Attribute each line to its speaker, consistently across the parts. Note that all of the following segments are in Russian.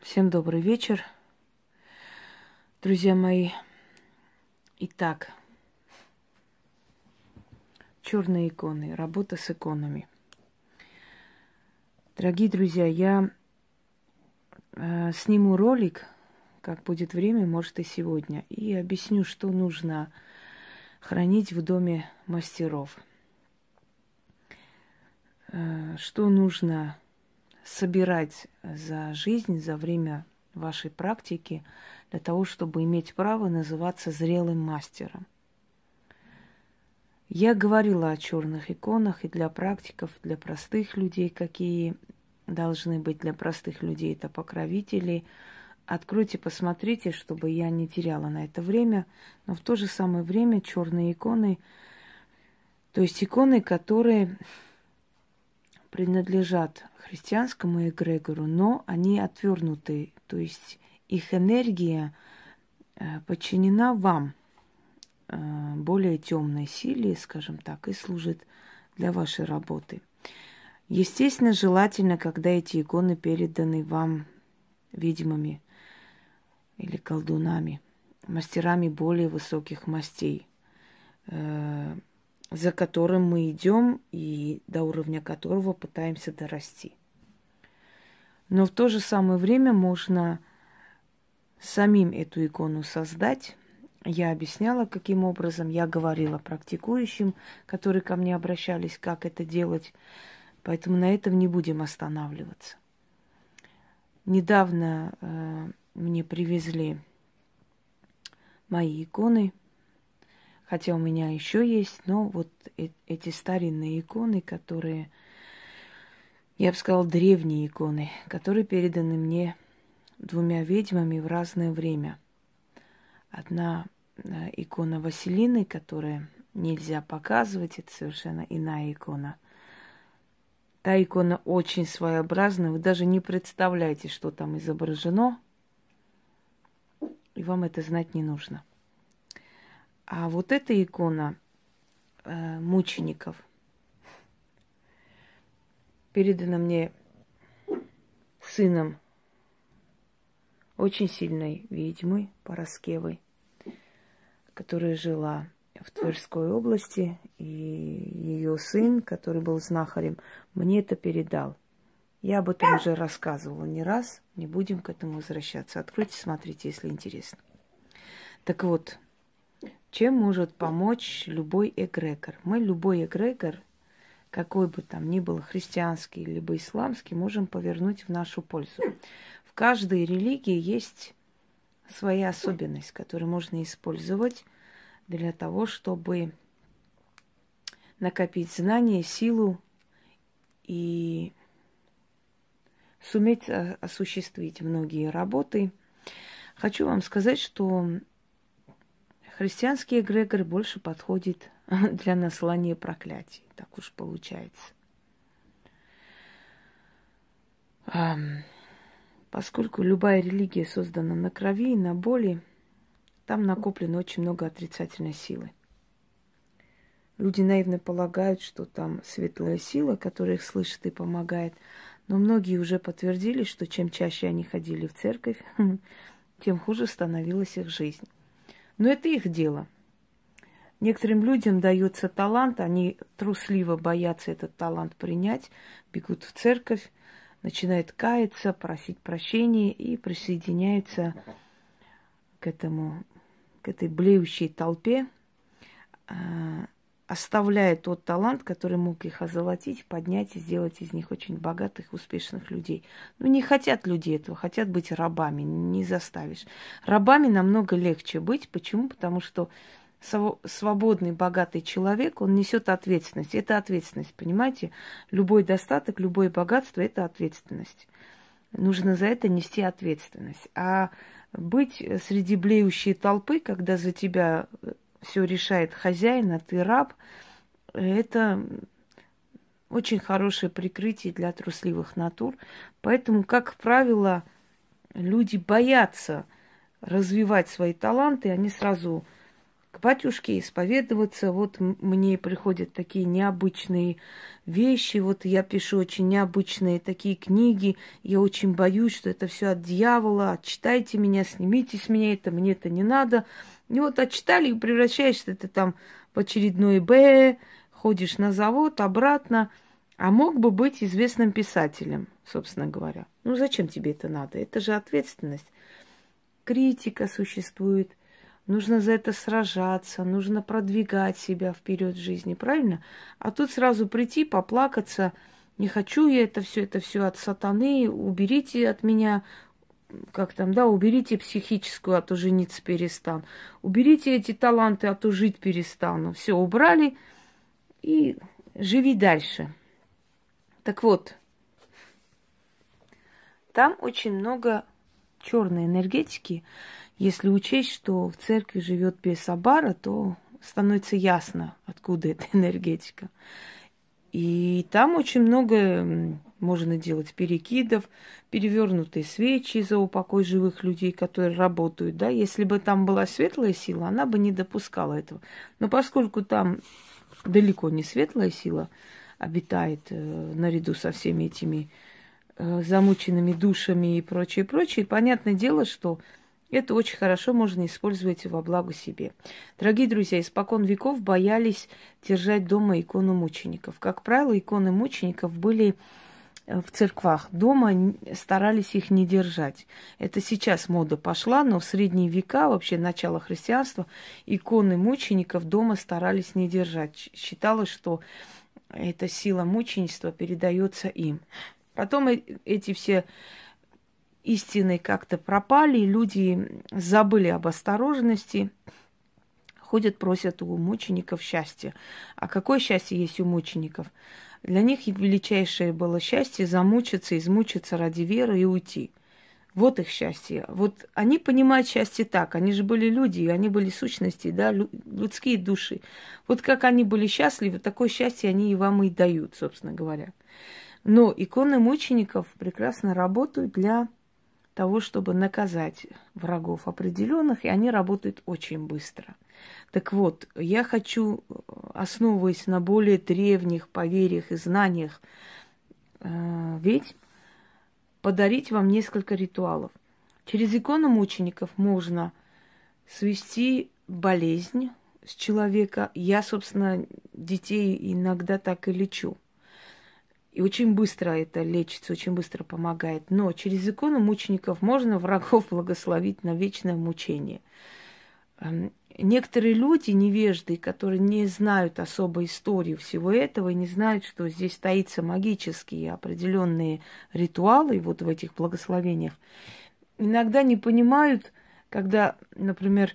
Speaker 1: Всем добрый вечер, друзья мои. Итак, черные иконы, работа с иконами. Дорогие друзья, я сниму ролик, как будет время, может и сегодня, и объясню, что нужно хранить в доме мастеров, что нужно собирать за жизнь, за время вашей практики, для того, чтобы иметь право называться зрелым мастером. Я говорила о черных иконах и для практиков, для простых людей, какие должны быть для простых людей. Это покровители. Откройте, посмотрите, чтобы я не теряла на это время. Но в то же самое время черные иконы, то есть иконы, которые принадлежат христианскому эгрегору, но они отвернуты, то есть их энергия подчинена вам, более темной силе, скажем так, и служит для вашей работы. Естественно, желательно, когда эти иконы переданы вам ведьмами или колдунами, мастерами более высоких мастей, за которым мы идем и до уровня которого пытаемся дорасти. Но в то же самое время можно самим эту икону создать. Я объясняла, каким образом, я говорила практикующим, которые ко мне обращались, как это делать. Поэтому на этом не будем останавливаться. Недавно мне привезли мои иконы, хотя у меня еще есть, но вот эти старинные иконы, которые, я бы сказала, древние иконы, которые переданы мне двумя ведьмами в разное время. Одна икона Василины, которая нельзя показывать, это совершенно иная икона. Та икона очень своеобразная, вы даже не представляете, что там изображено, и вам это знать не нужно. А вот эта икона мучеников передана мне сыном очень сильной ведьмы Параскевой, которая жила в Тверской области, и ее сын, который был знахарем, мне это передал. Я об этом уже рассказывала не раз, не будем к этому возвращаться. Откройте, смотрите, если интересно. Так вот, чем может помочь любой эгрегор? Мы любой эгрегор, какой бы там ни был христианский либо исламский, можем повернуть в нашу пользу. В каждой религии есть своя особенность, которую можно использовать для того, чтобы накопить знания, силу и суметь осуществить многие работы. Хочу вам сказать, что христианский эгрегор больше подходит для наслания проклятий. Так уж получается. Поскольку любая религия создана на крови и на боли, там накоплено очень много отрицательной силы. Люди наивно полагают, что там светлая сила, которая их слышит и помогает. Но многие уже подтвердили, что чем чаще они ходили в церковь, тем хуже становилась их жизнь. Но это их дело. Некоторым людям дается талант, они трусливо боятся этот талант принять, бегут в церковь, начинают каяться, просить прощения и присоединяются к этой блеющей толпе, оставляя тот талант, который мог их озолотить, поднять и сделать из них очень богатых, успешных людей. Но не хотят люди этого, хотят быть рабами, не заставишь. Рабами намного легче быть. Почему? Потому что свободный, богатый человек, он несет ответственность. Это ответственность, понимаете? Любой достаток, любое богатство – это ответственность. Нужно за это нести ответственность. А быть среди блеющей толпы, когда за тебя все решает хозяин, а ты раб, это очень хорошее прикрытие для трусливых натур. Поэтому, как правило, люди боятся развивать свои таланты, они сразу к батюшке исповедоваться. Вот мне приходят такие необычные вещи, вот я пишу очень необычные такие книги, я очень боюсь, что это все от дьявола, отчитайте меня, снимите с меня это, мне это не надо. И вот отчитали, и превращаешься ты там в очередной ходишь на завод, обратно, а мог бы быть известным писателем, собственно говоря. Ну зачем тебе это надо? Это же ответственность. Критика существует, нужно за это сражаться, нужно продвигать себя вперед в жизни, правильно? А тут сразу прийти, поплакаться, не хочу я это все от сатаны, уберите от меня, как там, да, уберите психическую, а то жениться перестану, уберите эти таланты, а то жить перестану. Все убрали и живи дальше. Так вот, там очень много черной энергетики. Если учесть, что в церкви живет Бесабара, то становится ясно, откуда эта энергетика. И там очень много можно делать перекидов, перевернутые свечи за упокой живых людей, которые работают. Да? Если бы там была светлая сила, она бы не допускала этого. Но поскольку там далеко не светлая сила обитает наряду со всеми этими замученными душами и прочее, прочее, понятное дело, что это очень хорошо можно использовать во благо себе. Дорогие друзья, испокон веков боялись держать дома икону мучеников. Как правило, иконы мучеников были в церквах. Дома старались их не держать. Это сейчас мода пошла, но в средние века, вообще начало христианства, иконы мучеников дома старались не держать. Считалось, что эта сила мученичества передается им. Потом эти все истины как-то пропали, люди забыли об осторожности, ходят, просят у мучеников счастья. А какое счастье есть у мучеников? Для них величайшее было счастье замучиться, измучиться ради веры и уйти. Вот их счастье. Вот они понимают счастье так. Они же были люди, они были сущности, да, людские души. Вот как они были счастливы, такое счастье они и вам и дают, собственно говоря. Но иконы мучеников прекрасно работают для того, чтобы наказать врагов определенных, и они работают очень быстро. Так вот, я хочу, основываясь на более древних поверьях и знаниях ведьм, подарить вам несколько ритуалов. Через икону мучеников можно свести болезнь с человека. Я, собственно, детей иногда так и лечу. И очень быстро это лечится, очень быстро помогает. Но через икону мучеников можно врагов благословить на вечное мучение. Некоторые люди, невежды, которые не знают особой истории всего этого и не знают, что здесь таятся магические определенные ритуалы вот в этих благословениях, иногда не понимают, когда, например,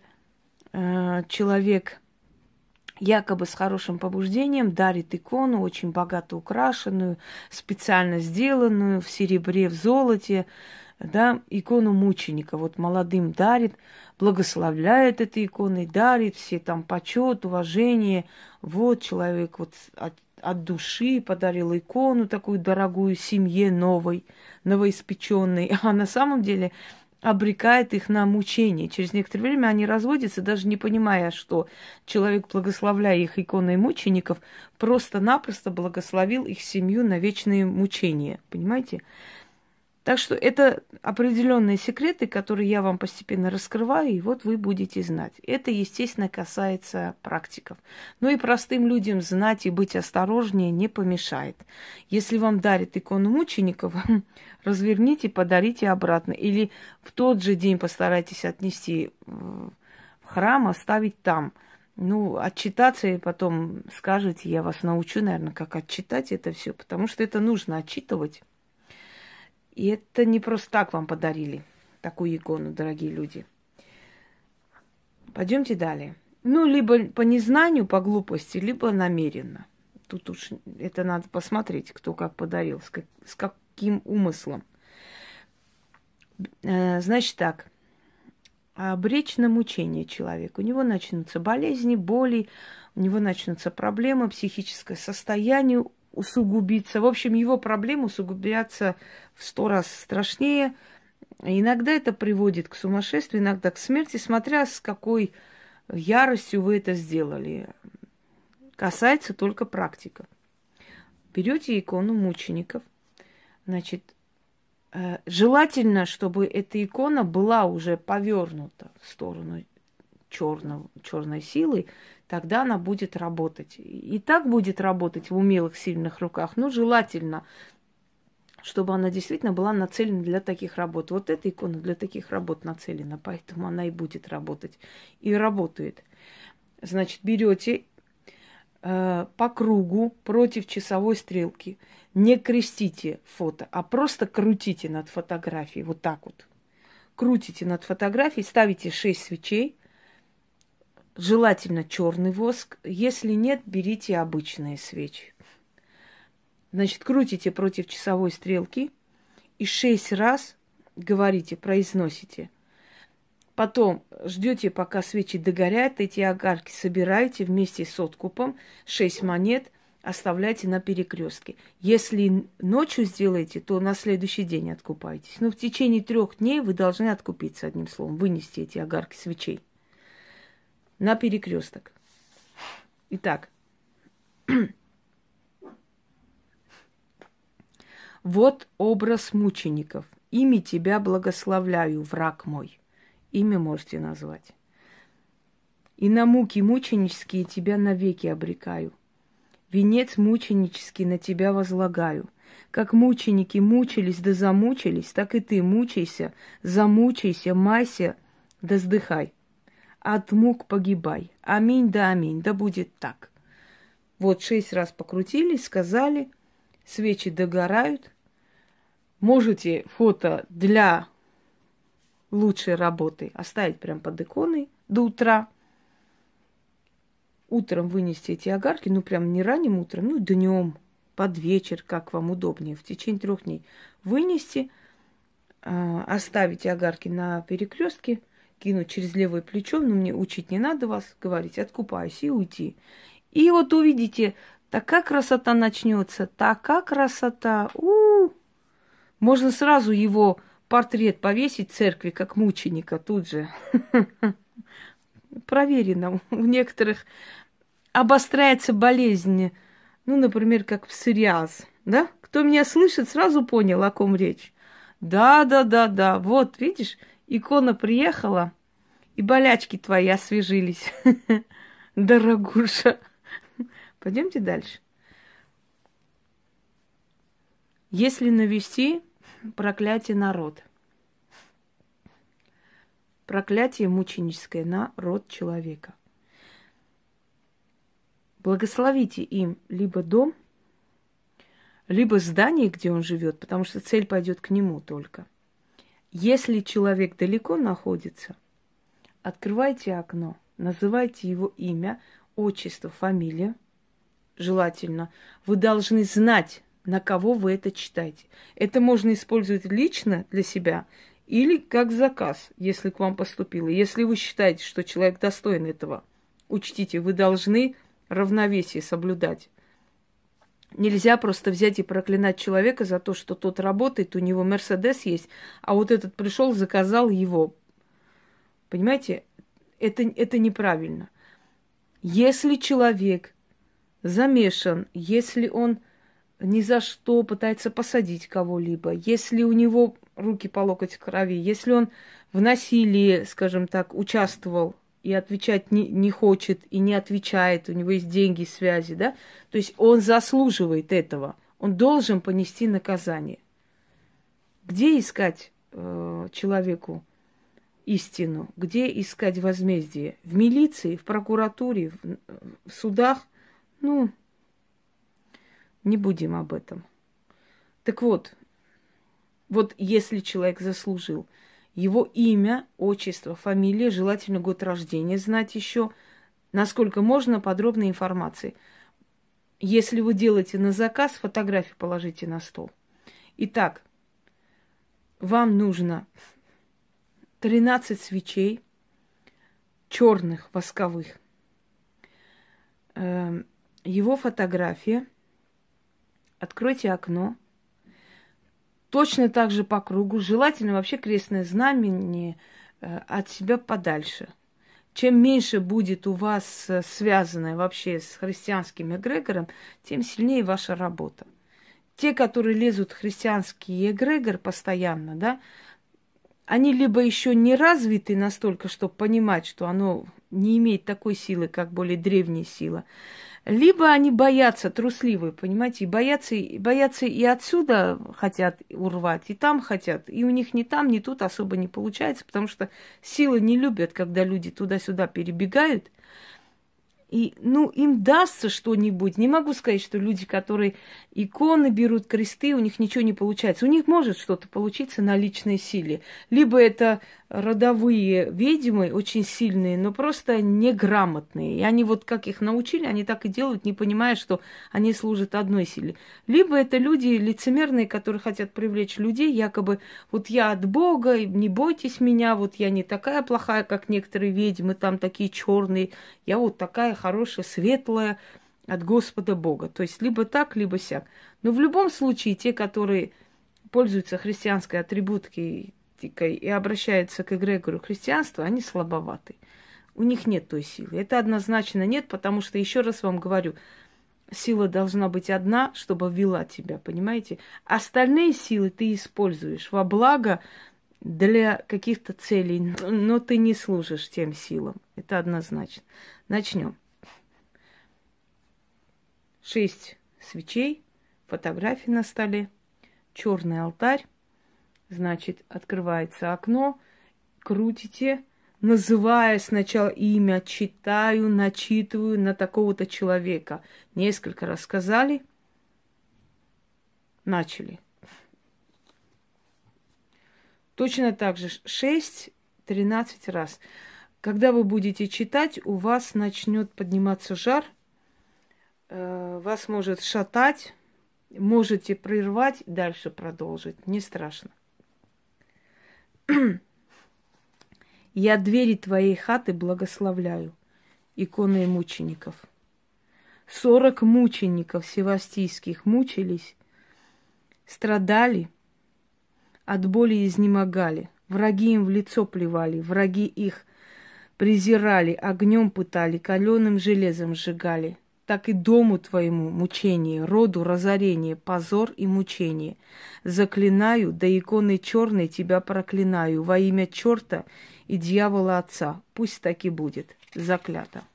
Speaker 1: человек якобы с хорошим побуждением дарит икону, очень богато украшенную, специально сделанную в серебре, в золоте, да, икону мученика. Вот молодым дарит, благословляет этой иконой, дарит все там почет, уважение. Вот человек вот от души подарил икону такую дорогую семье новой, новоиспеченной. А на самом деле обрекает их на мучение. Через некоторое время они разводятся, даже не понимая, что человек, благословляя их иконой мучеников, просто-напросто благословил их семью на вечные мучения. Понимаете? Так что это определенные секреты, которые я вам постепенно раскрываю, и вот вы будете знать. Это, естественно, касается практиков. Но и простым людям знать и быть осторожнее не помешает. Если вам дарят икону мучеников, разверните, подарите обратно. Или в тот же день постарайтесь отнести в храм, оставить там. Ну, отчитаться и потом скажете, я вас научу, наверное, как отчитать это все, потому что это нужно отчитывать. И это не просто так вам подарили такую икону, дорогие люди. Пойдемте далее. Ну, либо по незнанию, по глупости, либо намеренно. Тут уж это надо посмотреть, кто как подарил, с каким умыслом. Значит так, обречь на мучение человека. У него начнутся болезни, боли, у него начнутся проблемы, психическое состояние усугубиться. В общем, его проблемы усугубятся в 100 раз страшнее. Иногда это приводит к сумасшествию, иногда к смерти, смотря с какой яростью вы это сделали. Касается только практиков. Берете икону мучеников, значит, желательно, чтобы эта икона была уже повернута в сторону черной силы, тогда она будет работать. И так будет работать в умелых, сильных руках. Но желательно, чтобы она действительно была нацелена для таких работ. Вот эта икона для таких работ нацелена, поэтому она и будет работать. И работает. Значит, берете по кругу против часовой стрелки. Не крестите фото, а просто крутите над фотографией. Вот так вот. Крутите над фотографией, ставите 6 свечей. Желательно черный воск. Если нет, берите обычные свечи. Значит, крутите против часовой стрелки и 6 раз говорите, произносите. Потом ждете, пока свечи догорят, эти огарки собираете вместе с откупом, 6 монет оставляйте на перекрестке. Если ночью сделаете, то на следующий день откупаетесь. Но в течение 3 дней вы должны откупиться, одним словом, вынести эти огарки свечей на перекресток. Итак, вот образ мучеников. Ими тебя благословляю, враг мой. Имя можете назвать. И на муки мученические тебя навеки обрекаю. Венец мученический на тебя возлагаю. Как мученики мучились да замучились, так и ты мучайся, замучайся, майся да сдыхай. От мук погибай. Аминь да аминь, да будет так. Вот 6 раз покрутили, сказали, свечи догорают. Можете фото для лучшей работы оставить прям под иконой до утра. Утром вынести эти огарки, ну прям не ранним утром, ну днем, под вечер, как вам удобнее, в течение 3 дней. Вынести, оставить огарки на перекрестке, кинуть через левое плечо, ну мне учить не надо вас, говорить, откупаюсь и уйти. И вот увидите, такая красота начнется, такая красота. Можно сразу его портрет повесить в церкви, как мученика, тут же. Проверено. У некоторых обостряется болезнь, ну, например, как псориаз, да? Кто меня слышит, сразу понял, о ком речь. Да. Вот, видишь, икона приехала, и болячки твои освежились, дорогуша. Пойдемте дальше. Если навести проклятие на род. Проклятие мученическое на род человека. Благословите им либо дом, либо здание, где он живет, потому что цель пойдет к нему только. Если человек далеко находится, открывайте окно, называйте его имя, отчество, фамилия, желательно. Вы должны знать, на кого вы это читаете. Это можно использовать лично для себя или как заказ, если к вам поступило. Если вы считаете, что человек достоин этого, учтите, вы должны равновесие соблюдать. Нельзя просто взять и проклинать человека за то, что тот работает, у него Мерседес есть, а вот этот пришел, заказал его. Понимаете, это неправильно. Если человек замешан, если он ни за что пытается посадить кого-либо, если у него руки по локоть в крови, если он в насилии, скажем так, участвовал и отвечать не хочет и не отвечает, у него есть деньги, связи, да, то есть он заслуживает этого, он должен понести наказание. Где искать человеку истину? Где искать возмездие? В милиции, в прокуратуре, в судах? Ну, не будем об этом. Так вот если человек заслужил, его имя, отчество, фамилия, желательно год рождения знать еще, насколько можно, подробной информации. Если вы делаете на заказ, фотографию положите на стол. Итак, вам нужно 13 свечей черных, восковых. Его фотография. Откройте окно. Точно так же по кругу. Желательно вообще крестное знамение от себя подальше. чем меньше будет у вас связанное вообще с христианским эгрегором, тем сильнее ваша работа. Те, которые лезут в христианский эгрегор постоянно, да, они либо еще не развиты настолько, чтобы понимать, что оно не имеет такой силы, как более древняя сила, либо они боятся, трусливые, понимаете, боятся и отсюда хотят урвать, и там хотят, и у них ни там, ни тут особо не получается, потому что силы не любят, когда люди туда-сюда перебегают. И, ну, им дастся что-нибудь. Не могу сказать, что люди, которые иконы берут, кресты, у них ничего не получается. У них может что-то получиться на личной силе. Либо это родовые ведьмы, очень сильные, но просто неграмотные. И они вот как их научили, они так и делают, не понимая, что они служат одной силе. Либо это люди лицемерные, которые хотят привлечь людей, якобы вот я от Бога, не бойтесь меня, вот я не такая плохая, как некоторые ведьмы, там такие черные, я вот такая хорошая, светлая от Господа Бога. То есть либо так, либо сяк. Но в любом случае те, которые пользуются христианской атрибутикой и обращаются к эгрегору христианства, они слабоваты. У них нет той силы. Это однозначно нет, потому что, еще раз вам говорю, сила должна быть одна, чтобы вела тебя, понимаете? Остальные силы ты используешь во благо для каких-то целей, но ты не служишь тем силам. Это однозначно. Начнем. 6 свечей, фотографии на столе, черный алтарь. Значит, открывается окно, крутите, называя сначала имя, читаю, начитываю на такого-то человека. Несколько раз сказали, начали. Точно так же 6-13 раз. Когда вы будете читать, у вас начнет подниматься жар, вас может шатать, можете прервать, дальше продолжить. Не страшно. Я двери твоей хаты благословляю, иконы мучеников. 40 мучеников севастийских мучились, страдали, от боли изнемогали. Враги им в лицо плевали, враги их презирали, огнем пытали, каленым железом сжигали. Так и дому твоему мучение, роду разорение, позор и мучение. Заклинаю, да иконой черной тебя проклинаю во имя черта и дьявола отца. Пусть так и будет. Заклято.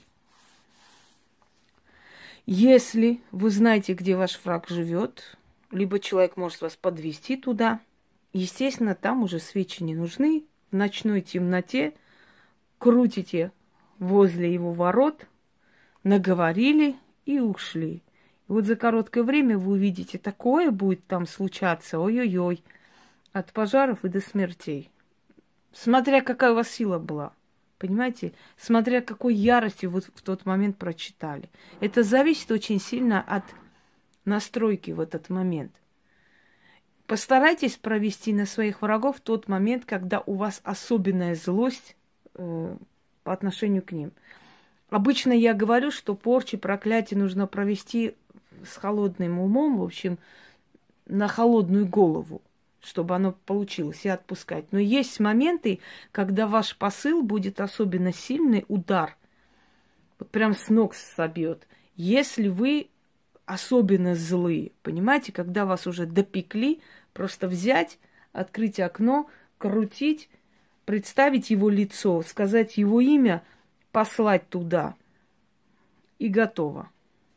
Speaker 1: Если вы знаете, где ваш враг живет, либо человек может вас подвести туда, естественно, там уже свечи не нужны. В ночной темноте крутите возле его ворот, наговорили и ушли. И вот за короткое время вы увидите, такое будет там случаться, ой-ой-ой, от пожаров и до смертей. Смотря какая у вас сила была, понимаете? Смотря какой яростью вы в тот момент прочитали. Это зависит очень сильно от настройки в этот момент. Постарайтесь провести на своих врагов тот момент, когда у вас особенная злость по отношению к ним. Обычно я говорю, что порчи, проклятия нужно провести с холодным умом, в общем, на холодную голову, чтобы оно получилось, и отпускать. Но есть моменты, когда ваш посыл будет особенно сильный удар, вот прям с ног собьет, если вы особенно злые, понимаете, когда вас уже допекли, просто взять, открыть окно, крутить, представить его лицо, сказать его имя, послать туда. И готово.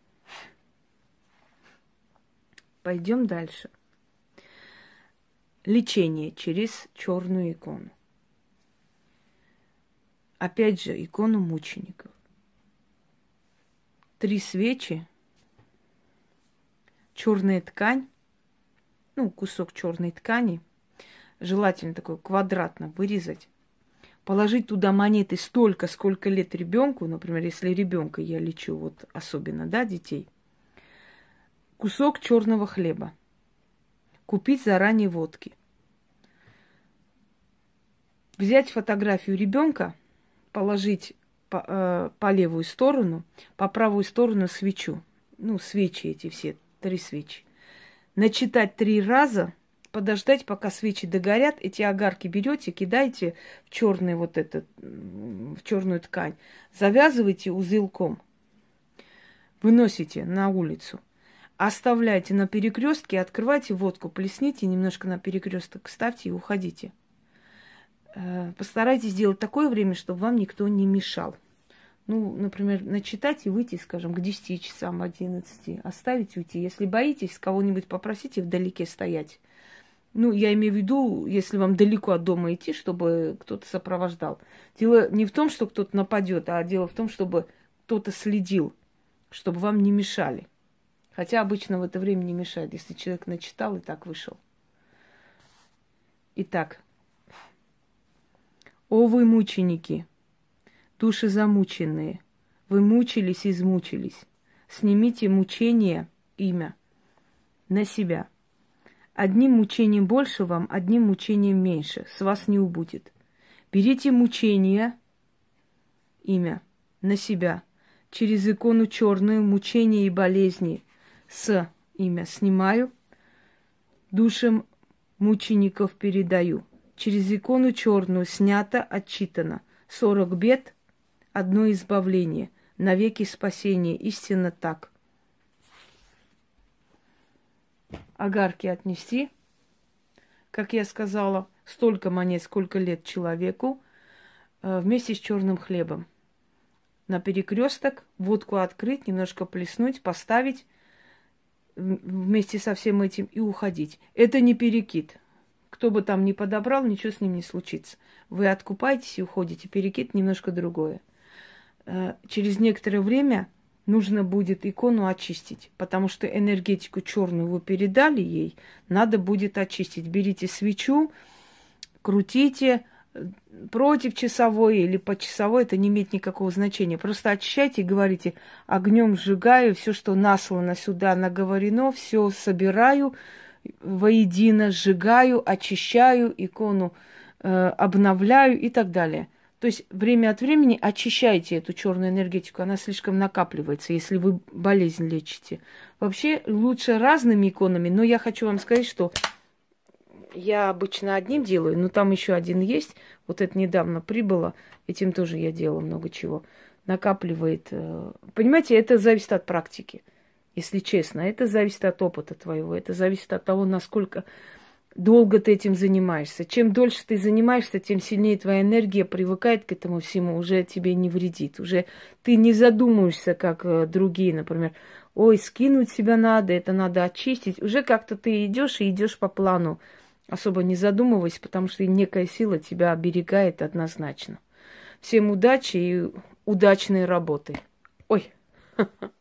Speaker 1: Пойдем дальше. Лечение через черную икону. Опять же, икону мучеников. 3 свечи, черная ткань, ну, кусок черной ткани, желательно такой квадратно вырезать. Положить туда монеты столько, сколько лет ребенку, например, если ребенка я лечу, вот особенно, да, детей. Кусок черного хлеба. Купить заранее водки. Взять фотографию ребенка, положить по левую сторону, по правую сторону свечу. Ну, свечи эти все, 3 свечи. Начитать 3 раза подождать, пока свечи догорят, эти огарки берете, кидаете в черный вот этот, в черную ткань, завязываете узелком, выносите на улицу, оставляйте на перекрестке, открывайте водку, плесните, немножко на перекресток ставьте и уходите. Постарайтесь сделать такое время, чтобы вам никто не мешал. Ну, например, начитать и выйти, скажем, к 10 часам, 11. Оставить уйти. Если боитесь, кого-нибудь попросите вдалеке стоять. Ну, я имею в виду, если вам далеко от дома идти, чтобы кто-то сопровождал. Дело не в том, что кто-то нападет, а дело в том, чтобы кто-то следил, чтобы вам не мешали. Хотя обычно в это время не мешает, если человек начитал и так вышел. Итак. О вы мученики, души замученные, вы мучились и измучились. Снимите мучение, имя, на себя. Одним мучением больше вам, одним мучением меньше. С вас не убудет. Берите мучение, имя, на себя. Через икону черную мучения и болезни с имя снимаю. Душам мучеников передаю. Через икону черную снято, отчитано. 40 бед, одно избавление. Навеки спасение. Истинно так. Огарки отнести. Как я сказала, столько монет, сколько лет человеку, вместе с черным хлебом. На перекресток водку открыть, немножко плеснуть, поставить вместе со всем этим и уходить. Это не перекид. Кто бы там ни подобрал, ничего с ним не случится. Вы откупаетесь и уходите. Перекид немножко другое. Через некоторое время нужно будет икону очистить, потому что энергетику черную вы передали ей, надо будет очистить. Берите свечу, крутите против часовой или по часовой, это не имеет никакого значения. Просто очищайте и говорите: огнем сжигаю все, что наслано сюда, наговорено, все собираю воедино, сжигаю, очищаю, икону обновляю и так далее. То есть время от времени очищайте эту черную энергетику, она слишком накапливается, если вы болезнь лечите. Вообще лучше разными иконами, но я хочу вам сказать, что я обычно одним делаю, но там еще один есть. Вот это недавно прибыло, этим тоже я делала много чего. Накапливает. Понимаете, это зависит от практики. Если честно, это зависит от опыта твоего, это зависит от того, насколько долго ты этим занимаешься. Чем дольше ты занимаешься, тем сильнее твоя энергия привыкает к этому всему, уже тебе не вредит. Уже ты не задумываешься, как другие, например, ой, скинуть себя надо, это надо очистить. Уже как-то ты идешь и идешь по плану, особо не задумываясь, потому что некая сила тебя оберегает однозначно. Всем удачи и удачной работы. Ой!